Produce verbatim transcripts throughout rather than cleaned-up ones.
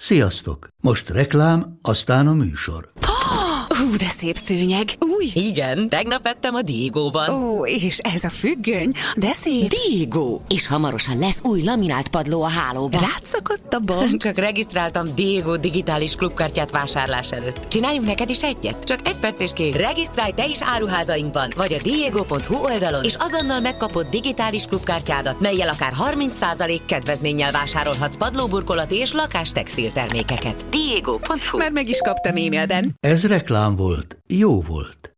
Sziasztok! Most reklám, aztán a műsor. Hú, de szép szőnyeg. Új? Igen, tegnap vettem a Diegóban. Ó, és ez a függöny, de szép. Diegó! És hamarosan lesz új laminált padló a hálóban. Rátszakadt a bank. Csak regisztráltam Diegó digitális klubkártyát vásárlás előtt. Csináljunk neked is egyet? Csak egy perc és kész. Regisztrálj te is áruházainkban, vagy a diego pont hu oldalon, és azonnal megkapod digitális klubkártyádat, mellyel akár harminc százalék kedvezménnyel vásárolhatsz padlóburkolati és lakástextil termékeket. diego pont hu. Már meg is kaptam e-mailben. Ez reklám volt. Jó volt.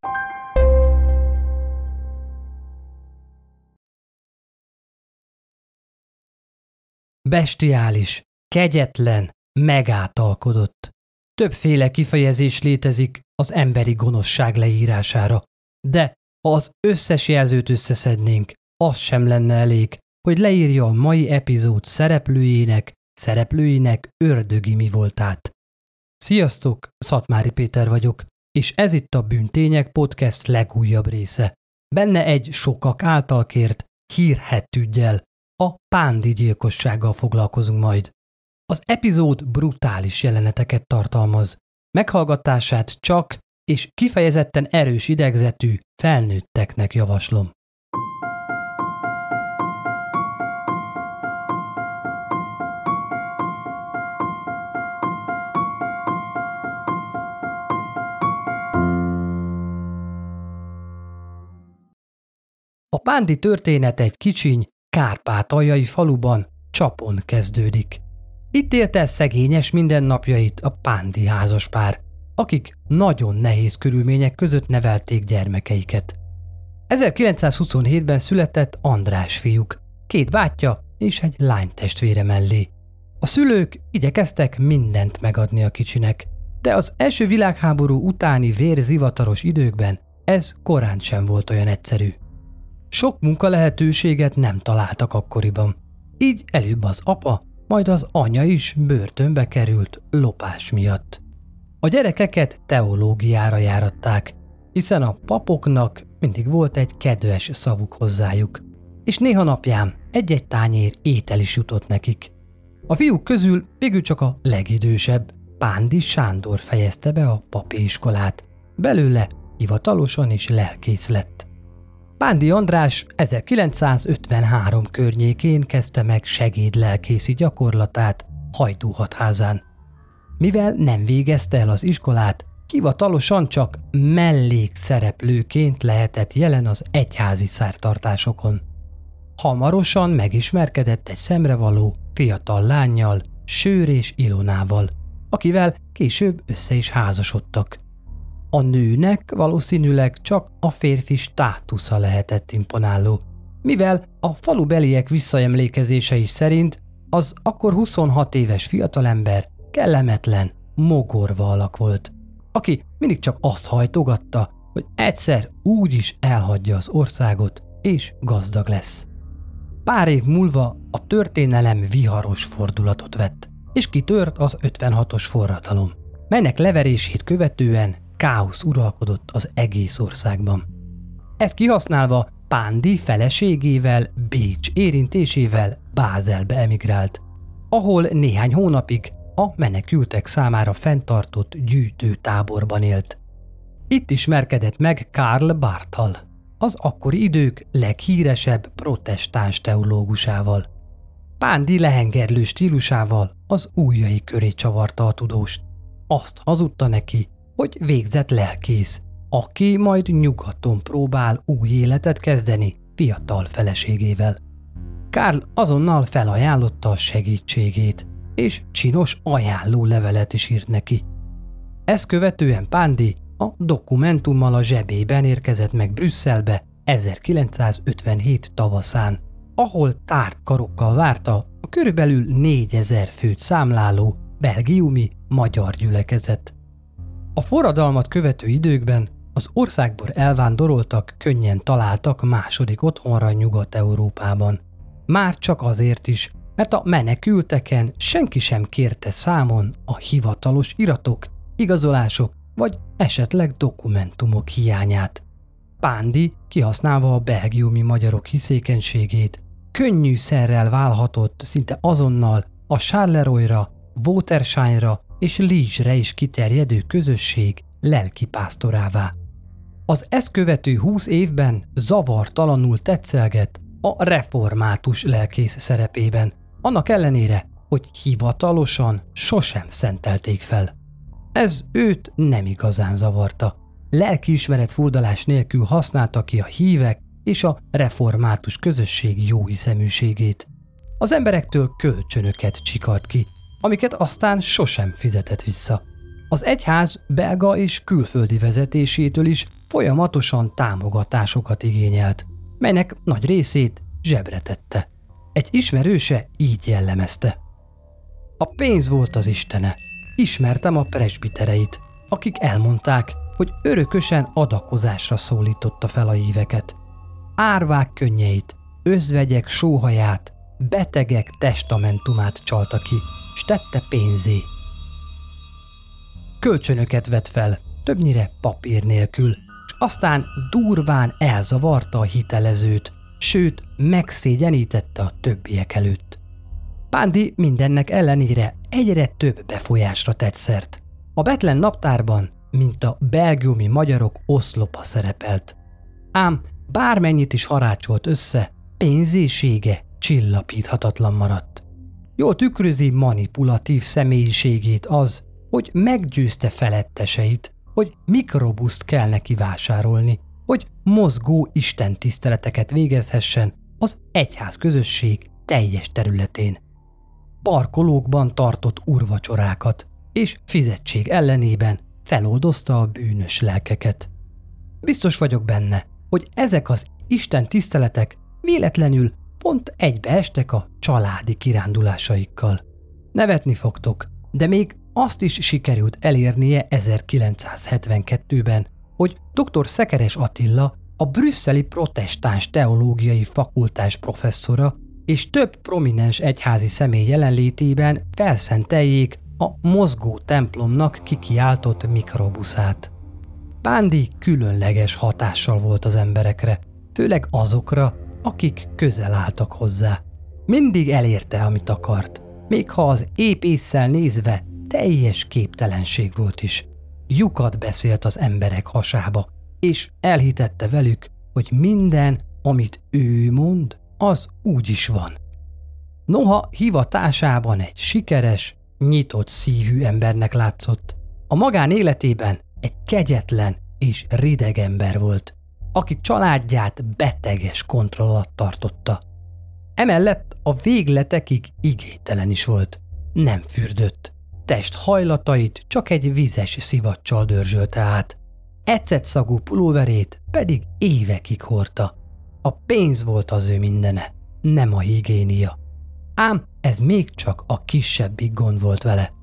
Bestiális, kegyetlen, megáltalkodott. Többféle kifejezés létezik az emberi gonoszság leírására, de ha az összes jelzőt összeszednénk, az sem lenne elég, hogy leírja a mai epizód szereplőjének, szereplőinek ördögi mi voltát. Sziasztok, Szatmári Péter vagyok, és ez itt a Bűntények Podcast legújabb része. Benne egy sokak által kért hírhedt üggyel, a Pándi gyilkossággal foglalkozunk majd. Az epizód brutális jeleneteket tartalmaz. Meghallgatását csak és kifejezetten erős idegzetű felnőtteknek javaslom. A Pándi történet egy kicsiny, kárpátaljai faluban, Csapon kezdődik. Itt élte szegényes mindennapjait a Pándi házaspár, akik nagyon nehéz körülmények között nevelték gyermekeiket. ezerkilencszázhuszonhétben született András fiúk, két bátyja és egy lánytestvére mellé. A szülők igyekeztek mindent megadni a kicsinek, de az első világháború utáni vérzivataros időkben ez korán sem volt olyan egyszerű. Sok munkalehetőséget nem találtak akkoriban. Így előbb az apa, majd az anya is börtönbe került lopás miatt. A gyerekeket teológiára járatták, hiszen a papoknak mindig volt egy kedves szavuk hozzájuk, és néha napján egy-egy tányér étel is jutott nekik. A fiúk közül végül csak a legidősebb, Pándi Sándor fejezte be a papi iskolát, belőle hivatalosan is lelkész lett. Pándi András ezerkilencszázötvenhárom környékén kezdte meg segédlelkészi gyakorlatát Hajdúhatházán. Mivel nem végezte el az iskolát, hivatalosan csak mellékszereplőként lehetett jelen az egyházi szertartásokon. Hamarosan megismerkedett egy szemrevaló fiatal lánnyal, Sőr és Ilonával, akivel később össze is házasodtak. A nőnek valószínűleg csak a férfi státusza lehetett imponáló, mivel a falubeliek visszaemlékezései szerint az akkor huszonhat éves fiatalember kellemetlen, mogorva alak volt, aki mindig csak azt hajtogatta, hogy egyszer úgy is elhagyja az országot és gazdag lesz. Pár év múlva a történelem viharos fordulatot vett, és kitört az ötvenhatos forradalom, melynek leverését követően káosz uralkodott az egész országban. Ezt kihasználva Pándi feleségével, Bécs érintésével Bázelbe emigrált, ahol néhány hónapig a menekültek számára fenntartott gyűjtőtáborban élt. Itt ismerkedett meg Karl Barthal, az akkori idők leghíresebb protestáns teológusával. Pándi lehengerlő stílusával az ujjai köré csavarta a tudóst. Azt hazudta neki, hogy végzett lelkész, aki majd nyugaton próbál új életet kezdeni fiatal feleségével. Karl azonnal felajánlotta a segítségét, és csinos ajánló levelet is írt neki. Ezt követően Pándi a dokumentummal a zsebében érkezett meg Brüsszelbe ezerkilencszázötvenhét tavaszán, ahol tárt karokkal várta a körülbelül négyezer főt számláló belgiumi magyar gyülekezet. A forradalmat követő időkben az országból elvándoroltak könnyen találtak második otthonra Nyugat-Európában. Már csak azért is, mert a menekülteken senki sem kérte számon a hivatalos iratok, igazolások vagy esetleg dokumentumok hiányát. Pándi, kihasználva a belgiumi magyarok hiszékenységét, könnyűszerrel válhatott szinte azonnal a Charleroi-ra Watershire-ra és Liege-re is kiterjedő közösség lelkipásztorává. Az ezt követő húsz évben zavartalanul tetszelget a református lelkész szerepében, annak ellenére, hogy hivatalosan sosem szentelték fel. Ez őt nem igazán zavarta. Lelkiismeret furdalás nélkül használta ki a hívek és a református közösség jóhiszeműségét. Az emberektől kölcsönöket csikart ki, amiket aztán sosem fizetett vissza. Az egyház belga és külföldi vezetésétől is folyamatosan támogatásokat igényelt, melynek nagy részét zsebre tette. Egy ismerőse így jellemezte. A pénz volt az istene. Ismertem a presbitereit, akik elmondták, hogy örökösen adakozásra szólította fel a híveket. Árvák könnyeit, özvegyek sóhaját, betegek testamentumát csalta ki, s tette pénzé. Kölcsönöket vett fel, többnyire papír nélkül, s aztán durván elzavarta a hitelezőt, sőt, megszégyenítette a többiek előtt. Pándi mindennek ellenére egyre több befolyásra tett szert. A Bethlen naptárban, mint a belgiumi magyarok oszlopa szerepelt. Ám bármennyit is harácsolt össze, pénzésége csillapíthatatlan maradt. Jól tükrözi manipulatív személyiségét az, hogy meggyőzte feletteseit, hogy mikrobuszt kell neki vásárolni, hogy mozgó istentiszteleteket végezhessen az egyház közösség teljes területén. Parkolókban tartott úrvacsorákat, és fizetség ellenében feloldozta a bűnös lelkeket. Biztos vagyok benne, hogy ezek az istentiszteletek véletlenül pont egybeestek a családi kirándulásaikkal. Nevetni fogtok, de még azt is sikerült elérnie ezerkilencszázhetvenkettőben, hogy dr. Szekeres Attila, a brüsszeli protestáns teológiai fakultás professzora és több prominens egyházi személy jelenlétében felszenteljék a mozgó templomnak kikiáltott mikrobuszát. Pándi különleges hatással volt az emberekre, főleg azokra, akik közel álltak hozzá. Mindig elérte, amit akart, még ha az épp ésszel nézve teljes képtelenség volt is. Lyukat beszélt az emberek hasába, és elhitette velük, hogy minden, amit ő mond, az úgy is van. Noha hivatásában egy sikeres, nyitott szívű embernek látszott, a magánéletében egy kegyetlen és rideg ember volt, aki családját beteges kontroll alatt tartotta. Emellett a végletekig igénytelen is volt. Nem fürdött. Test hajlatait csak egy vizes szivacsal dörzsölte át. Ecetszagú pulóverét pedig évekig hordta. A pénz volt az ő mindene, nem a higiénia. Ám ez még csak a kisebbik gond volt vele.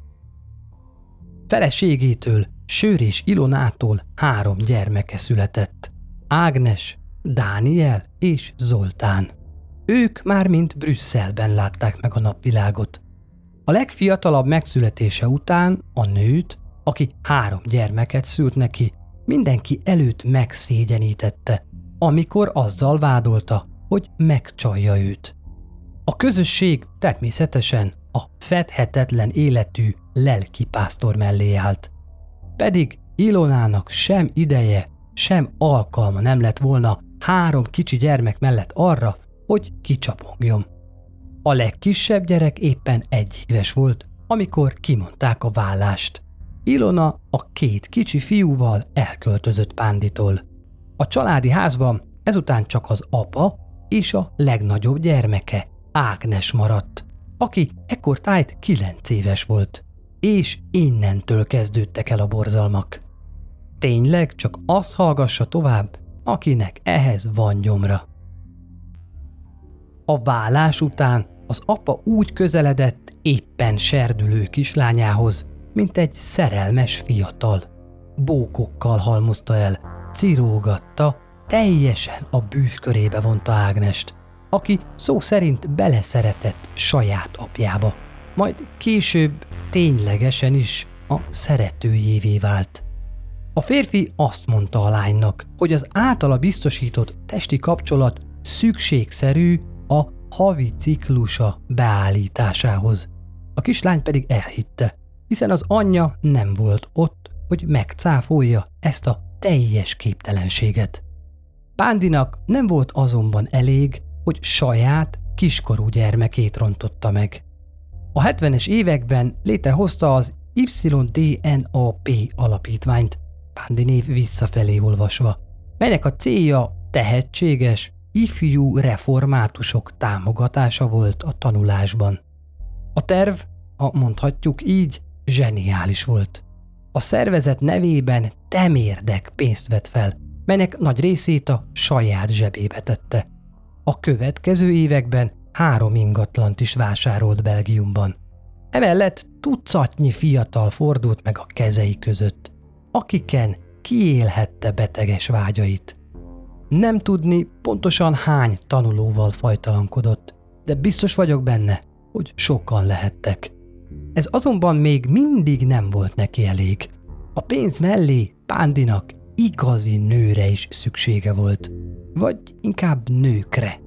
Feleségétől, Sőr és Ilonától három gyermeke született. Ágnes, Dániel és Zoltán. Ők már mind Brüsszelben látták meg a napvilágot. A legfiatalabb megszületése után a nőt, aki három gyermeket szült neki, mindenki előtt megszégyenítette, amikor azzal vádolta, hogy megcsalja őt. A közösség természetesen a fedhetetlen életű lelkipásztor mellé állt. Pedig Ilonának sem ideje, sem alkalma nem lett volna három kicsi gyermek mellett arra, hogy kicsapongjon. A legkisebb gyerek éppen egy éves volt, amikor kimondták a vállást. Ilona a két kicsi fiúval elköltözött Pánditól. A családi házban ezután csak az apa és a legnagyobb gyermeke, Ágnes maradt, aki ekkortájt kilenc éves volt, és innentől kezdődtek el a borzalmak. Tényleg csak az hallgassa tovább, akinek ehhez van gyomra. A vállás után az apa úgy közeledett éppen serdülő kislányához, mint egy szerelmes fiatal. Bókokkal halmozta el, cirógatta, teljesen a bűvkörébe vonta Ágnest, aki szó szerint beleszeretett saját apjába, majd később ténylegesen is a szeretőjévé vált. A férfi azt mondta a lánynak, hogy az általa biztosított testi kapcsolat szükségszerű a havi ciklusa beállításához. A kislány pedig elhitte, hiszen az anyja nem volt ott, hogy megcáfolja ezt a teljes képtelenséget. Pándinak nem volt azonban elég, hogy saját, kiskorú gyermekét rontotta meg. A hetvenes években létrehozta az Y D N A P alapítványt, Pándi név visszafelé olvasva, melynek a célja tehetséges, ifjú reformátusok támogatása volt a tanulásban. A terv, ha mondhatjuk így, zseniális volt. A szervezet nevében temérdek pénzt vett fel, melynek nagy részét a saját zsebébe tette. A következő években három ingatlant is vásárolt Belgiumban. Emellett tucatnyi fiatal fordult meg a kezei között, akiken kiélhette beteges vágyait. Nem tudni pontosan hány tanulóval fajtalankodott, de biztos vagyok benne, hogy sokan lehettek. Ez azonban még mindig nem volt neki elég. A pénz mellé Pándinak igazi nőre is szüksége volt, vagy inkább nőkre.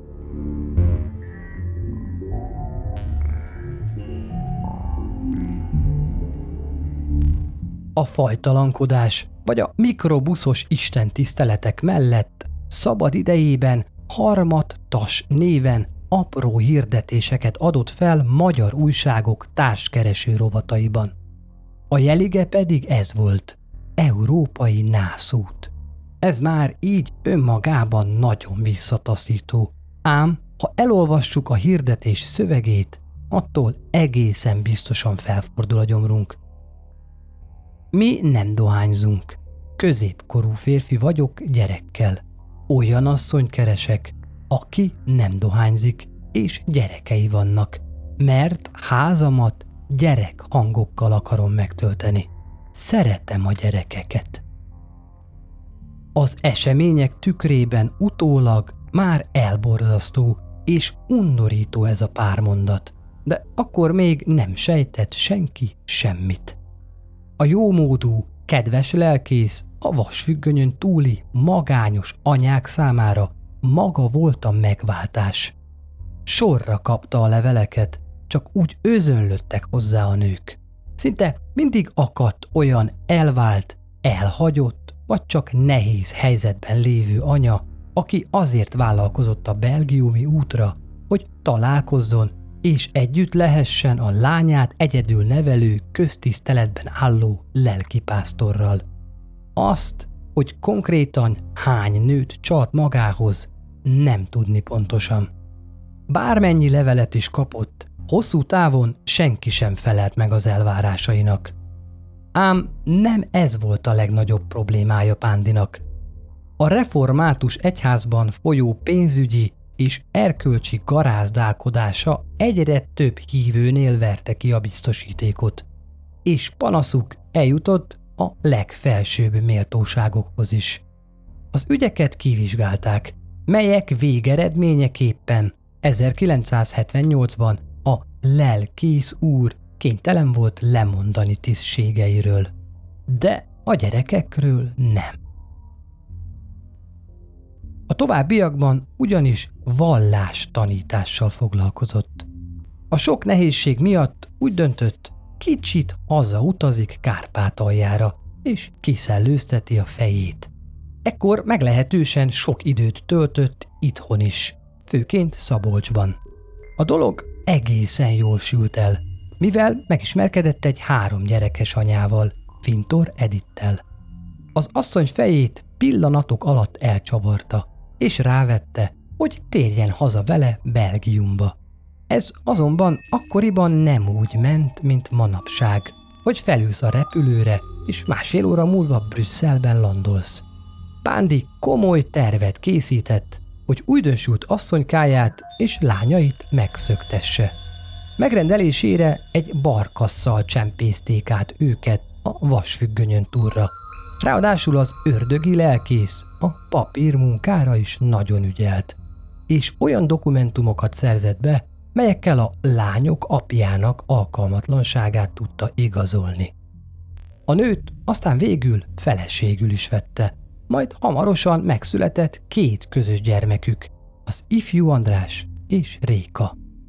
A fajtalankodás vagy a mikrobuszos istentiszteletek mellett szabad idejében Harmat Tas néven apró hirdetéseket adott fel magyar újságok társkereső rovataiban. A jelige pedig ez volt: Európai nászút. Ez már így önmagában nagyon visszataszító, ám ha elolvassuk a hirdetés szövegét, attól egészen biztosan felfordul a gyomrunk. Mi nem dohányzunk. Középkorú férfi vagyok gyerekkel. Olyan asszonyt keresek, aki nem dohányzik, és gyerekei vannak, mert házamat gyerek hangokkal akarom megtölteni. Szeretem a gyerekeket. Az események tükrében utólag már elborzasztó és undorító ez a pár mondat, de akkor még nem sejtett senki semmit. A jómódú, kedves lelkész a vasfüggönyön túli magányos anyák számára maga volt a megváltás. Sorra kapta a leveleket, csak úgy özönlöttek hozzá a nők. Szinte mindig akadt olyan elvált, elhagyott, vagy csak nehéz helyzetben lévő anya, aki azért vállalkozott a belgiumi útra, hogy találkozzon és együtt lehessen a lányát egyedül nevelő, köztiszteletben álló lelkipásztorral. Azt, hogy konkrétan hány nőt csalt magához, nem tudni pontosan. Bármennyi levelet is kapott, hosszú távon senki sem felelt meg az elvárásainak. Ám nem ez volt a legnagyobb problémája Pándinak. A református egyházban folyó pénzügyi és erkölcsi garázdálkodása egyre több hívőnél verte ki a biztosítékot, és panaszuk eljutott a legfelsőbb méltóságokhoz is. Az ügyeket kivizsgálták, melyek végeredményeképpen ezerkilencszázhetvennyolcban a lelkész úr kénytelen volt lemondani tisztségeiről, de a gyerekekről nem. A továbbiakban ugyanis vallástanítással foglalkozott. A sok nehézség miatt úgy döntött, kicsit hazautazik Kárpátaljára, és kiszellőzteti a fejét. Ekkor meglehetősen sok időt töltött itthon is, főként Szabolcsban. A dolog egészen jól sült el, mivel megismerkedett egy három gyerekes anyával, Fintor Edittel. Az asszony fejét pillanatok alatt elcsavarta, és rávette, hogy térjen haza vele Belgiumba. Ez azonban akkoriban nem úgy ment, mint manapság, hogy felülsz a repülőre, és másfél óra múlva Brüsszelben landolsz. Pándi komoly tervet készített, hogy újdonsült asszonykáját és lányait megszöktesse. Megrendelésére egy barkasszal csempészték át őket a vasfüggönyön túlra. Ráadásul az ördögi lelkész a papírmunkára is nagyon ügyelt, és olyan dokumentumokat szerzett be, melyekkel a lányok apjának alkalmatlanságát tudta igazolni. A nőt aztán végül feleségül is vette, majd hamarosan megszületett két közös gyermekük, az ifjú András és Réka.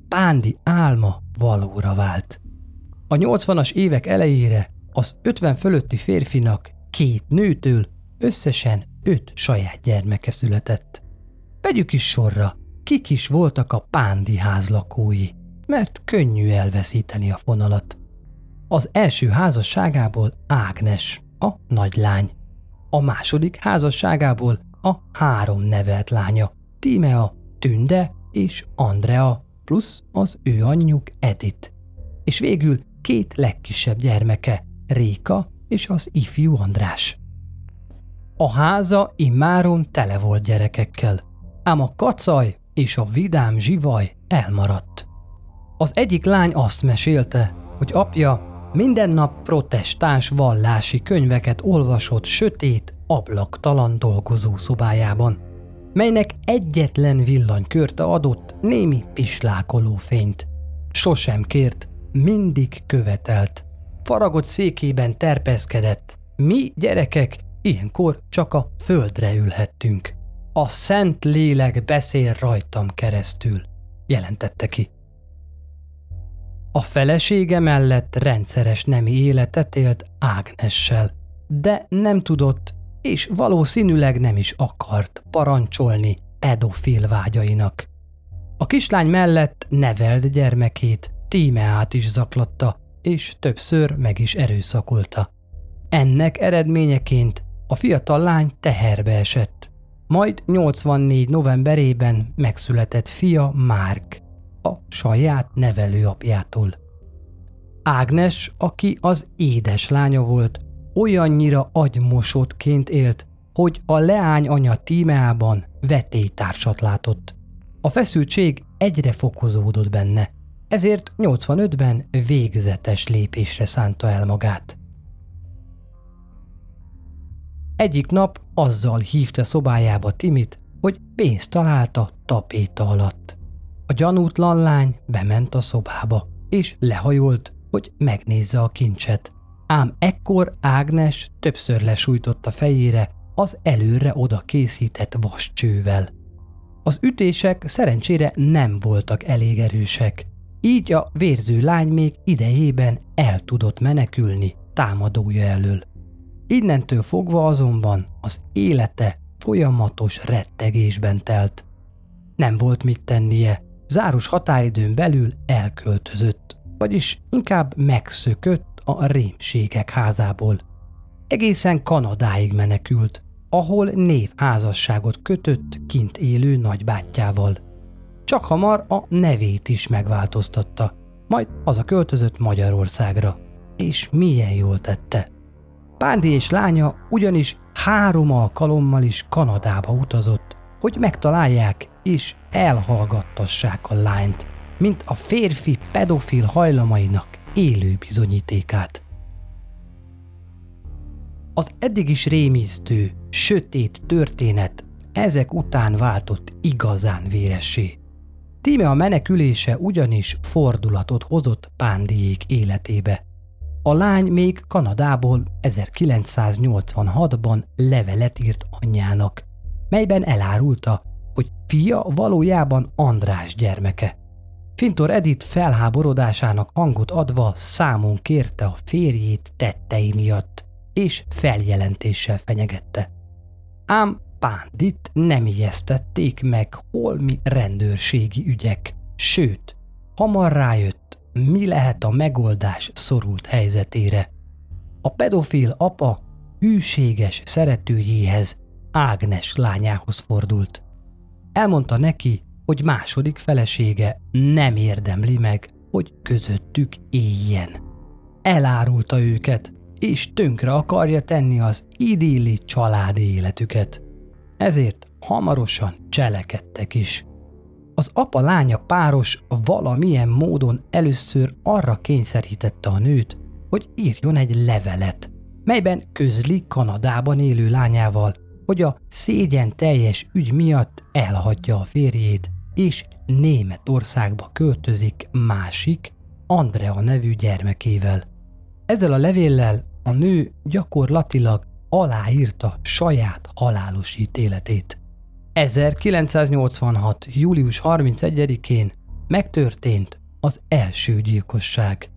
Pándi álma valóra vált. A nyolcvanas évek elejére az ötven fölötti férfinak két nőtől összesen öt saját gyermeke született. Vegyük is sorra, kik is voltak a Pándi ház lakói, mert könnyű elveszíteni a fonalat. Az első házasságából Ágnes, a nagylány. A második házasságából a három nevelt lánya, Tímea, Tünde és Andrea, plusz az ő anyjuk Edith. És végül két legkisebb gyermeke, Réka és az ifjú András. A háza immáron tele volt gyerekekkel, ám a kacaj és a vidám zsivaj elmaradt. Az egyik lány azt mesélte, hogy apja minden nap protestáns vallási könyveket olvasott sötét, ablaktalan dolgozószobájában, melynek egyetlen villanykörte adott némi pislákoló fényt. Sosem kért, mindig követelt. Faragott székében terpeszkedett. Mi, gyerekek, ilyenkor csak a földre ülhettünk. A Szent Lélek beszél rajtam keresztül, jelentette ki. A felesége mellett rendszeres nemi életet élt Ágnessel, de nem tudott, és valószínűleg nem is akart parancsolni pedofil vágyainak. A kislány mellett nevelt gyermekét, Tímeát is zaklatta, és többször meg is erőszakolta. Ennek eredményeként a fiatal lány teherbe esett, majd nyolcvannégy novemberében megszületett fia Márk, a saját nevelőapjától. Ágnes, aki az édeslánya volt, olyannyira agymosottként élt, hogy a leány anya Tímeában vetélytársat látott. A feszültség egyre fokozódott benne, ezért nyolcvanötben végzetes lépésre szánta el magát. Egyik nap azzal hívta szobájába Timit, hogy pénzt talált a tapéta alatt. A gyanútlan lány bement a szobába, és lehajolt, hogy megnézze a kincset. Ám ekkor Ágnes többször lesújtotta fejére az előre oda készített vascsővel. Az ütések szerencsére nem voltak elég erősek, így a vérző lány még idejében el tudott menekülni támadója elől. Innentől fogva azonban az élete folyamatos rettegésben telt. Nem volt mit tennie, záros határidőn belül elköltözött, vagyis inkább megszökött a rémségek házából. Egészen Kanadáig menekült, ahol névházasságot kötött kint élő nagybátyjával. Csak hamar a nevét is megváltoztatta, majd hazaköltözött Magyarországra. És milyen jól tette. Pándi és lánya ugyanis három alkalommal is Kanadába utazott, hogy megtalálják és elhallgattassák a lányt, mint a férfi pedofil hajlamainak élő bizonyítékát. Az eddig is rémisztő, sötét történet ezek után váltott igazán véressé. Tímea menekülése ugyanis fordulatot hozott Pándiék életébe. A lány még Kanadából ezerkilencszáznyolcvanhatban levelet írt anyjának, melyben elárulta, hogy fia valójában András gyermeke. Fintor Edith felháborodásának hangot adva számon kérte a férjét tettei miatt, és feljelentéssel fenyegette. Ám Pándit nem ijesztették meg holmi rendőrségi ügyek, sőt, hamar rájött, mi lehet a megoldás szorult helyzetére. A pedofil apa hűséges szeretőjéhez, Ágnes lányához fordult. Elmondta neki, hogy második felesége nem érdemli meg, hogy közöttük éljen. Elárulta őket, és tönkre akarja tenni az idilli családi életüket. Ezért hamarosan cselekedtek is. Az apa-lánya páros valamilyen módon először arra kényszerítette a nőt, hogy írjon egy levelet, melyben közli Kanadában élő lányával, hogy a szégyen teljes ügy miatt elhagyja a férjét, és Németországba költözik másik, Andrea nevű gyermekével. Ezzel a levéllel a nő gyakorlatilag aláírta saját halálos ítéletét. ezerkilencszáznyolcvanhat. július harmincegyedikén megtörtént az első gyilkosság.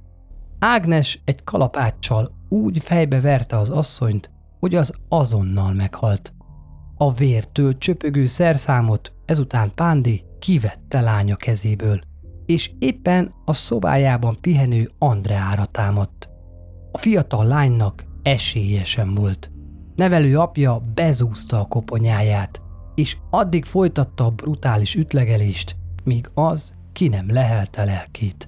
Ágnes egy kalapáccsal úgy fejbe verte az asszonyt, hogy az azonnal meghalt. A vértől csöpögő szerszámot ezután Pándi kivette lánya kezéből, és éppen a szobájában pihenő Andreára támadt. A fiatal lánynak esélye sem volt. Nevelő apja bezúzta a koponyáját, és addig folytatta a brutális ütlegelést, míg az ki nem lehelte lelkét.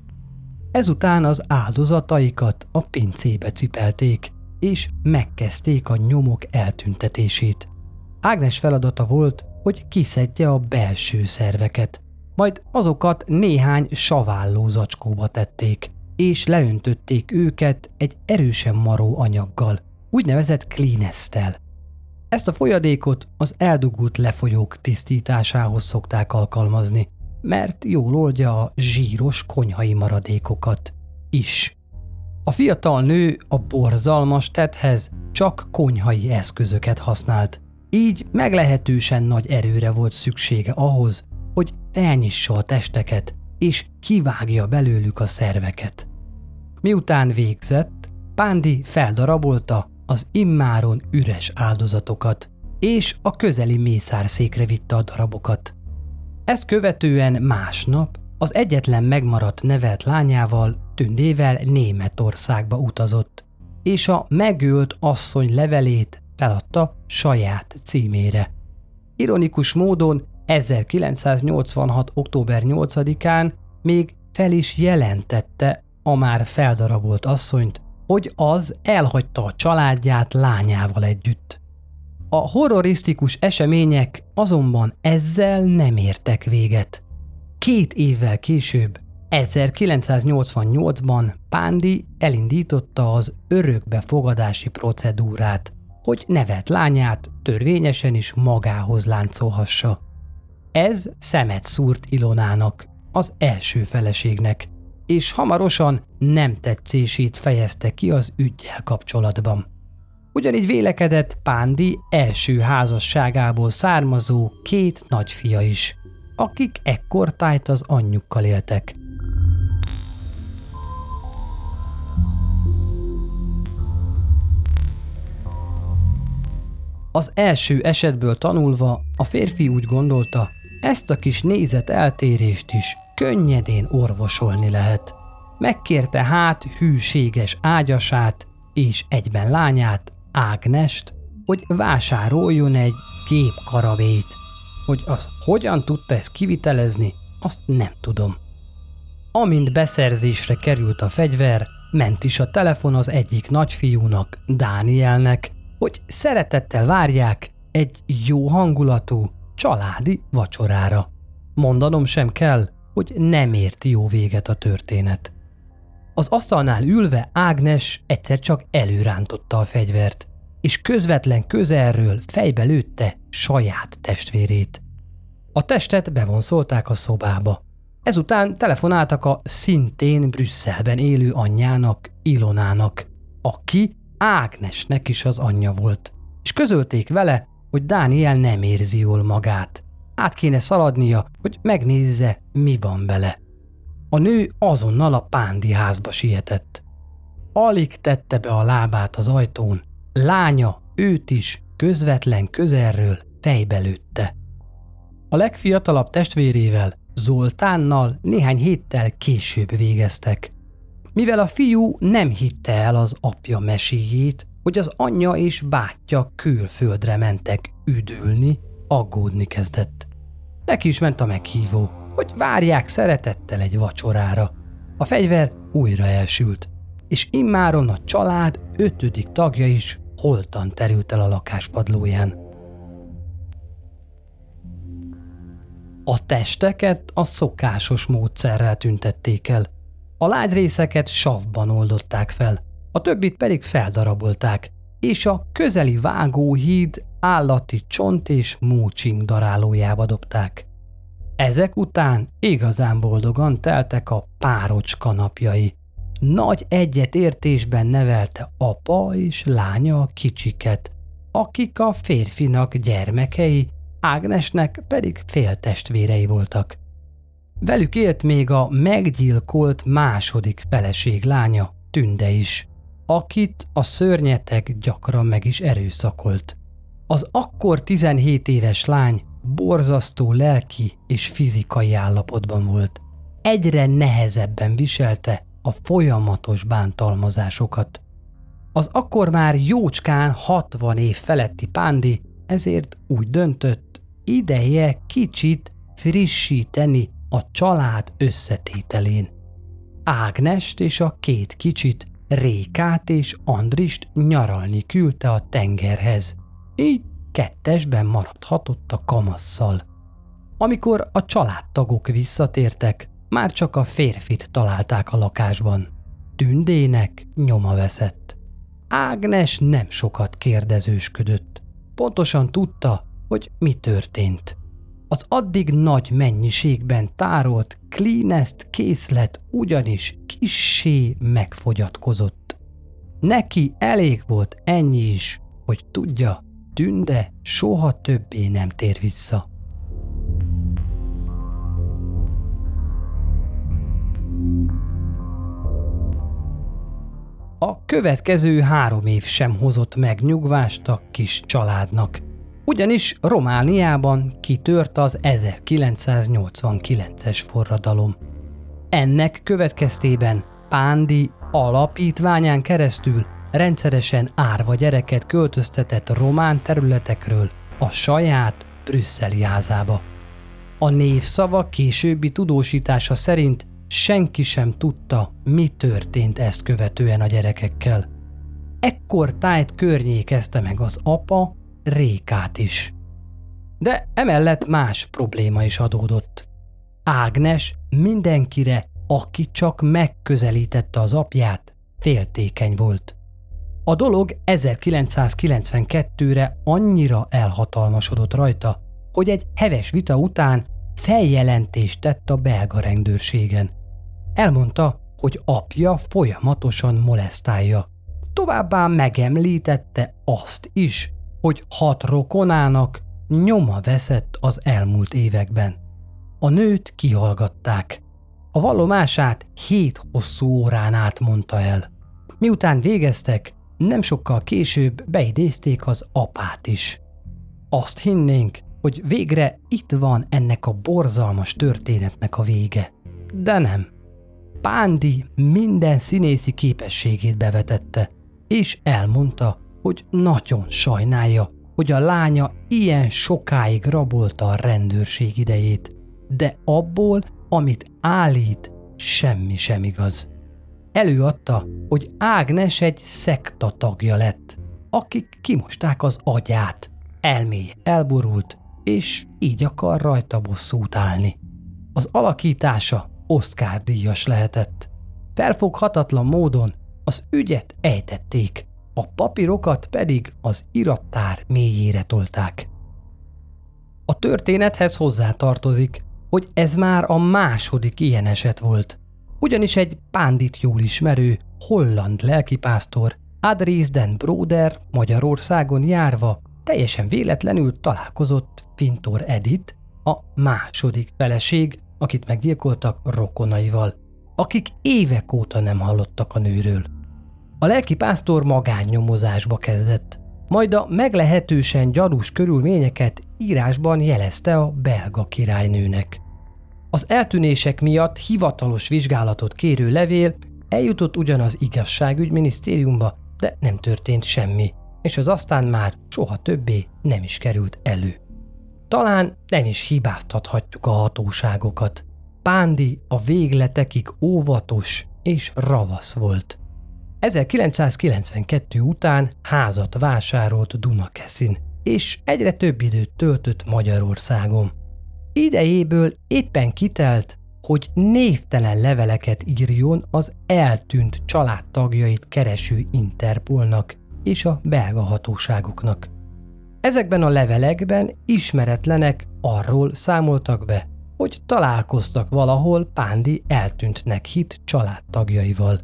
Ezután az áldozataikat a pincébe cipelték, és megkezdték a nyomok eltüntetését. Ágnes feladata volt, hogy kiszedje a belső szerveket, majd azokat néhány saválló zacskóba tették, és leöntötték őket egy erősen maró anyaggal, úgynevezett Kleeneszttel. Ezt a folyadékot az eldugult lefolyók tisztításához szokták alkalmazni, mert jól oldja a zsíros konyhai maradékokat is. A fiatal nő a borzalmas tetthez csak konyhai eszközöket használt, így meglehetősen nagy erőre volt szüksége ahhoz, hogy felnyissa a testeket és kivágja belőlük a szerveket. Miután végzett, Pándi feldarabolta az immáron üres áldozatokat, és a közeli mészárszékre vitte a darabokat. Ezt követően másnap az egyetlen megmaradt nevelt lányával, Tündével Németországba utazott, és a megölt asszony levelét feladta saját címére. Ironikus módon ezerkilencszáznyolcvanhat. október nyolcadikán még fel is jelentette a már feldarabolt asszonyt, hogy az elhagyta a családját lányával együtt. A horrorisztikus események azonban ezzel nem értek véget. Két évvel később, ezerkilencszáznyolcvannyolcban Pándi elindította az örökbefogadási procedúrát, hogy nevelt lányát törvényesen is magához láncolhassa. Ez szemet szúrt Ilonának, az első feleségnek, és hamarosan nem tetszését fejezte ki az üggyel kapcsolatban. Ugyanígy vélekedett Pándi első házasságából származó két nagyfia is, akik ekkortájt az anyjukkal éltek. Az első esetből tanulva a férfi úgy gondolta, ezt a kis nézeteltérést is könnyedén orvosolni lehet. Megkérte hát hűséges ágyasát és egyben lányát, Ágnest, hogy vásároljon egy gépkarabét. Hogy az hogyan tudta ezt kivitelezni, azt nem tudom. Amint beszerzésre került a fegyver, ment is a telefon az egyik nagyfiúnak, Dánielnek, hogy szeretettel várják egy jó hangulatú, családi vacsorára. Mondanom sem kell, hogy nem ért jó véget a történet. Az asztalnál ülve Ágnes egyszer csak előrántotta a fegyvert, és közvetlen közelről fejbe lőtte saját testvérét. A testet bevonszolták a szobába. Ezután telefonáltak a szintén Brüsszelben élő anyjának, Ilonának, aki Ágnesnek is az anyja volt, és közölték vele, hogy Dániel nem érzi jól magát. Át kéne szaladnia, hogy megnézze, mi van vele. A nő azonnal a Pándi házba sietett. Alig tette be a lábát az ajtón, lánya őt is közvetlen közelről fejbe lőtte. A legfiatalabb testvérével, Zoltánnal néhány héttel később végeztek. Mivel a fiú nem hitte el az apja meséjét, hogy az anyja és bátyja külföldre mentek üdülni, aggódni kezdett. Neki is ment a meghívó, hogy várják szeretettel egy vacsorára. A fegyver újra elsült, és immáron a család ötödik tagja is holtan terült el a lakáspadlóján. A testeket a szokásos módszerrel tüntették el. A lágyrészeket savban oldották fel, a többit pedig feldarabolták, és a közeli vágóhíd állati csont és múcsing darálójába dobták. Ezek után igazán boldogan teltek a párocska napjai. Nagy egyetértésben nevelte apa és lánya a kicsiket, akik a férfinak gyermekei, Ágnesnek pedig féltestvérei voltak. Velük élt még a meggyilkolt második feleség lánya, Tünde is, akit a szörnyeteg gyakran meg is erőszakolt. Az akkor tizenhét éves lány borzasztó lelki és fizikai állapotban volt. Egyre nehezebben viselte a folyamatos bántalmazásokat. Az akkor már jócskán hatvan év feletti Pándi ezért úgy döntött, ideje kicsit frissíteni a család összetételén. Ágnest és a két kicsit, Rékát és Andrist nyaralni küldte a tengerhez, így kettesben maradhatott a kamasszal. Amikor a családtagok visszatértek, már csak a férfit találták a lakásban. Tündének nyoma veszett. Ágnes nem sokat kérdezősködött. Pontosan tudta, hogy mi történt. Az addig nagy mennyiségben tárolt Cleanest készlet ugyanis kissé megfogyatkozott. Neki elég volt ennyi is, hogy tudja, Tünde soha többé nem tér vissza. A következő három év sem hozott meg nyugvást a kis családnak, ugyanis Romániában kitört az ezerkilencszáznyolcvankilences forradalom. Ennek következtében Pándi alapítványán keresztül rendszeresen árva gyereket költöztetett román területekről a saját brüsszeli házába. A névszava későbbi tudósítása szerint senki sem tudta, mi történt ezt követően a gyerekekkel. Ekkor tájt környékezte meg az apa Rékát is. De emellett más probléma is adódott. Ágnes mindenkire, aki csak megközelítette az apját, féltékeny volt. A dolog ezerkilencszázkilencvenkettőre annyira elhatalmasodott rajta, hogy egy heves vita után feljelentést tett a belga rendőrségen. Elmondta, hogy apja folyamatosan molesztálja. Továbbá megemlítette azt is, hogy hat rokonának nyoma veszett az elmúlt években. A nőt kihallgatták. A vallomását hét hosszú órán át mondta el. Miután végeztek, nem sokkal később beidézték az apát is. Azt hinnénk, hogy végre itt van ennek a borzalmas történetnek a vége. De nem. Pándi minden színészi képességét bevetette, és elmondta, hogy nagyon sajnálja, hogy a lánya ilyen sokáig rabolta a rendőrség idejét, de abból, amit állít, semmi sem igaz. Előadta, hogy Ágnes egy szekta tagja lett, akik kimosták az agyát, elméje elborult, és így akar rajta bosszút állni. Az alakítása Oscar-díjas lehetett. Felfoghatatlan módon az ügyet ejtették, a papírokat pedig az irattár mélyére tolták. A történethez hozzátartozik, hogy ez már a második ilyen eset volt, ugyanis egy Pándit jól ismerő holland lelkipásztor, Adries den Broder Magyarországon járva teljesen véletlenül találkozott Fintor Edith, a második feleség, akit meggyilkoltak, rokonaival, akik évek óta nem hallottak a nőről. A lelkipásztor magánnyomozásba kezdett, majd a meglehetősen gyanús körülményeket írásban jelezte a belga királynőnek. Az eltűnések miatt hivatalos vizsgálatot kérő levél eljutott ugyan az igazságügyminisztériumba, de nem történt semmi, és az aztán már soha többé nem is került elő. Talán nem is hibáztathatjuk a hatóságokat. Pándi a végletekig óvatos és ravasz volt. ezerkilencszázkilencvenkettő után házat vásárolt Dunakeszin, és egyre több időt töltött Magyarországon. Idejéből éppen kitelt, hogy névtelen leveleket írjon az eltűnt családtagjait kereső Interpolnak és a belga hatóságoknak. Ezekben a levelekben ismeretlenek arról számoltak be, hogy találkoztak valahol Pándi eltűntnek hitt családtagjaival.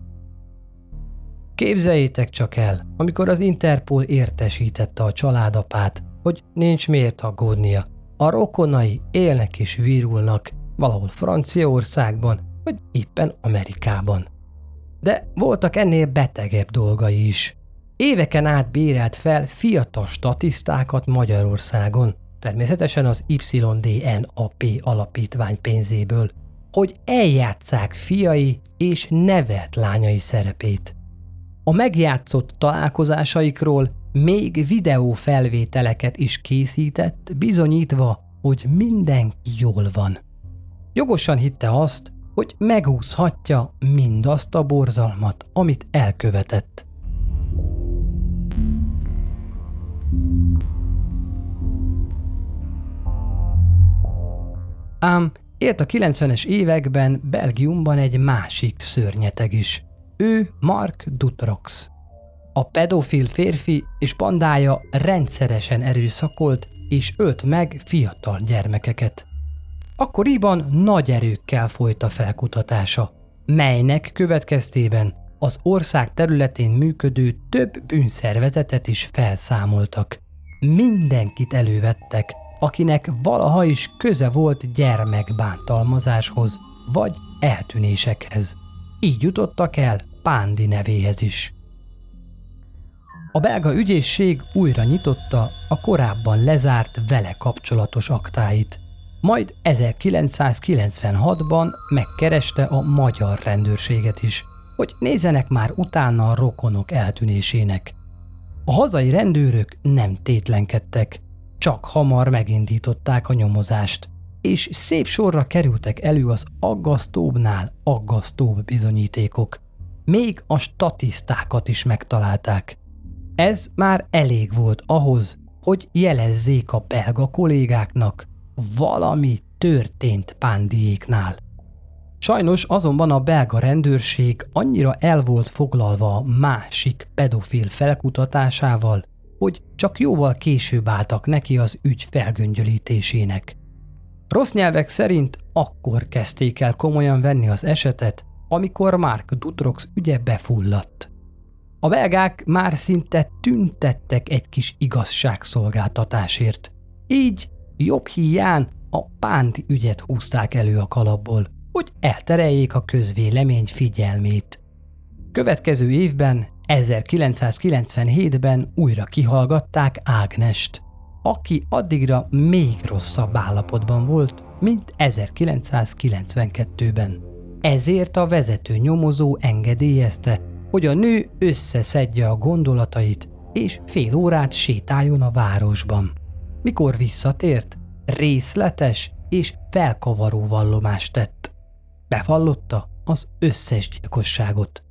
Képzeljétek csak el, amikor az Interpol értesítette a családapát, hogy nincs miért aggódnia, a rokonai élnek és virulnak, valahol Franciaországban, vagy éppen Amerikában. De voltak ennél betegebb dolgai is. Éveken át bérelt fel fiatal statisztákat Magyarországon, természetesen az Y D N A P alapítvány pénzéből, hogy eljátsszák fiai és nevelt lányai szerepét. A megjátszott találkozásaikról még videófelvételeket is készített, bizonyítva, hogy mindenki jól van. Jogosan hitte azt, hogy megúszhatja mindazt a borzalmat, amit elkövetett. Ám élt a kilencvenes években Belgiumban egy másik szörnyeteg is. Ő Mark Dutroux. A pedofil férfi és bandája rendszeresen erőszakolt és ölt meg fiatal gyermekeket. Akkoriban nagy erőkkel folyt a felkutatása, melynek következtében az ország területén működő több bűnszervezetet is felszámoltak. Mindenkit elővettek, akinek valaha is köze volt gyermekbántalmazáshoz vagy eltűnésekhez. Így jutottak el Pándi nevéhez is. A belga ügyészség újra nyitotta a korábban lezárt vele kapcsolatos aktáit. Majd ezerkilencszázkilencvenhatban megkereste a magyar rendőrséget is, hogy nézzenek már utána a rokonok eltűnésének. A hazai rendőrök nem tétlenkedtek, csak hamar megindították a nyomozást, és szép sorra kerültek elő az aggasztóbbnál aggasztóbb bizonyítékok. Még a statisztákat is megtalálták. Ez már elég volt ahhoz, hogy jelezzék a belga kollégáknak, valami történt Pándiéknál. Sajnos azonban a belga rendőrség annyira el volt foglalva a másik pedofil felkutatásával, hogy csak jóval később álltak neki az ügy felgöngyölítésének. Rossz nyelvek szerint akkor kezdték el komolyan venni az esetet, amikor Mark Dutroux ügye befulladt. A belgák már szinte tüntettek egy kis igazságszolgáltatásért. Így jobb híján a Pándi ügyet húzták elő a kalapból, hogy eltereljék a közvélemény figyelmét. Következő évben, ezerkilencszázkilencvenhétben újra kihallgatták Ágnest, aki addigra még rosszabb állapotban volt, mint ezerkilencszázkilencvenkettőben. Ezért a vezető nyomozó engedélyezte, hogy a nő összeszedje a gondolatait, és fél órát sétáljon a városban. Mikor visszatért, részletes és felkavaró vallomást tett. Bevallotta az összes gyilkosságot.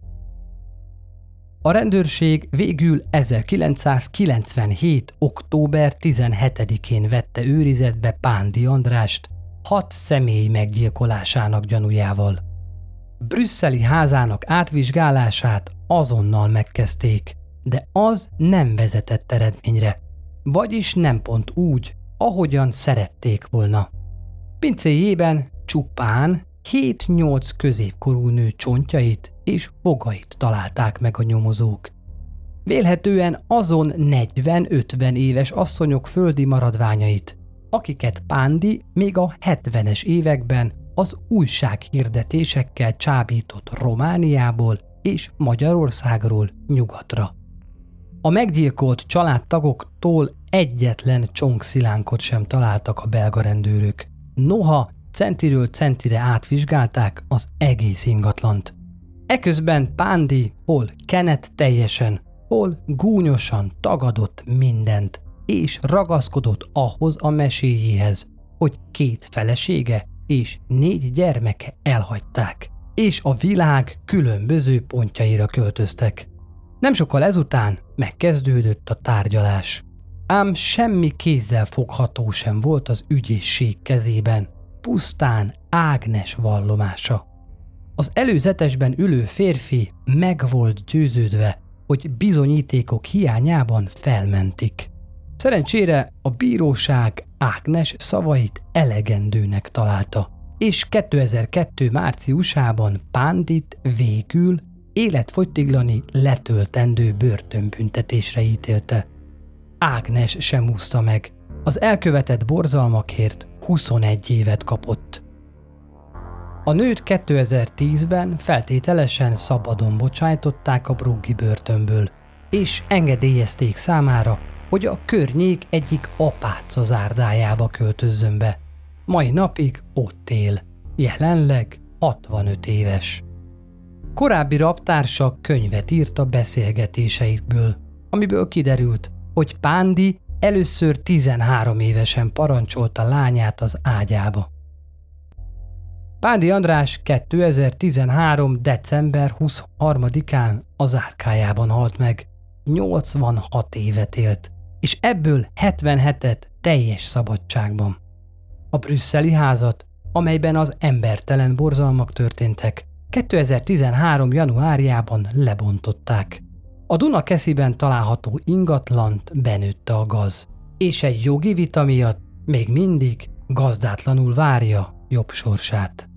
A rendőrség végül ezerkilencszázkilencvenhét. október tizenhetedikén vette őrizetbe Pándi Andrást hat személy meggyilkolásának gyanújával. Brüsszeli házának átvizsgálását azonnal megkezdték, de az nem vezetett eredményre, vagyis nem pont úgy, ahogyan szerették volna. Pincéjében csupán hét-nyolc középkorú nő csontjait és fogait találták meg a nyomozók. Vélhetően azon negyven-ötven éves asszonyok földi maradványait, akiket Pándi még a hetvenes években az újsághirdetésekkel csábított Romániából és Magyarországról nyugatra. A meggyilkolt családtagoktól egyetlen csonkszilánkot sem találtak a belga rendőrök. Noha centiről centire átvizsgálták az egész ingatlant. Eközben Pándi hol kenet teljesen, hol gúnyosan tagadott mindent, és ragaszkodott ahhoz a meséjéhez, hogy két felesége és négy gyermeke elhagyták, és a világ különböző pontjaira költöztek. Nem sokkal ezután megkezdődött a tárgyalás. Ám semmi kézzel fogható sem volt az ügyészség kezében, pusztán Ágnes vallomása. Az előzetesben ülő férfi meg volt győződve, hogy bizonyítékok hiányában felmentik. Szerencsére a bíróság Ágnes szavait elegendőnek találta, és kétezer-kettő. márciusában Pándit végül életfogytiglani letöltendő börtönbüntetésre ítélte. Ágnes sem úszta meg. Az elkövetett borzalmakért huszonegy évet kapott. A nőt kétezer-tízben feltételesen szabadon bocsájtották a bruggi börtönből, és engedélyezték számára, hogy a környék egyik apáca zárdájába költözzön be. Mai napig ott él, jelenleg hatvanöt éves. Korábbi rabtársa könyvet írt a beszélgetéseikből, amiből kiderült, hogy Pándi először tizenhárom évesen parancsolta lányát az ágyába. Pándi András kétezer-tizenhárom. december huszonharmadikán az Árkájában halt meg. nyolcvanhat évet élt, és ebből hetvenhetet teljes szabadságban. A brüsszeli házat, amelyben az embertelen borzalmak történtek, kétezer-tizenhárom. januárjában lebontották. A Dunakesziben található ingatlant benőtte a gaz, és egy jogi vita miatt még mindig gazdátlanul várja jobb sorsát.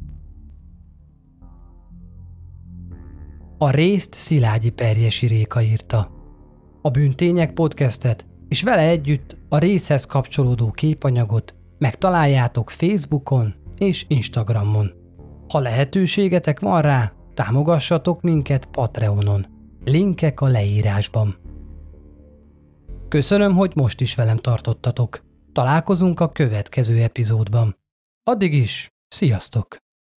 A részt Szilágyi Perjesi Réka írta. A Bűntények podcastet és vele együtt a részhez kapcsolódó képanyagot megtaláljátok Facebookon és Instagramon. Ha lehetőségetek van rá, támogassatok minket Patreonon. Linkek a leírásban. Köszönöm, hogy most is velem tartottatok. Találkozunk a következő epizódban. Addig is, sziasztok!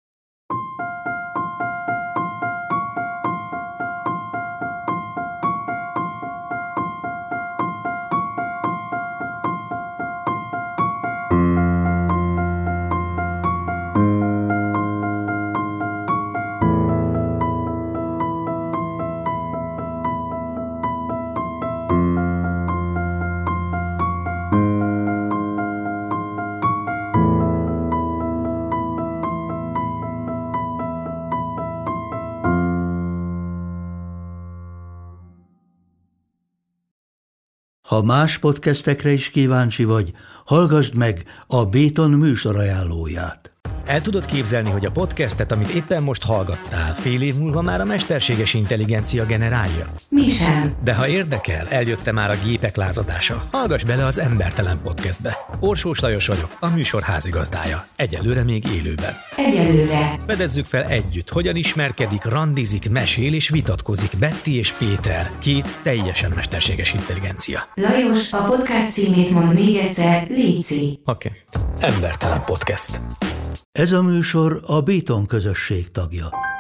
Ha más podcastekre is kíváncsi vagy, hallgassd meg a Béton műsor ajánlóját. El tudod képzelni, hogy a podcastet, amit éppen most hallgattál, fél év múlva már a mesterséges intelligencia generálja? Mi sem. De ha érdekel, eljött már a gépek lázadása. Hallgass bele az Embertelen podcastbe. Orsós Lajos vagyok, a műsor házigazdája. Egyelőre még élőben. Egyelőre. Fedezzük fel együtt, hogyan ismerkedik, randizik, mesél és vitatkozik Betty és Péter, két teljesen mesterséges intelligencia. Lajos, a podcast címét mond még egyszer, léci. Oké. Okay. Embertelen podcast. Ez a műsor a Béton közösség tagja.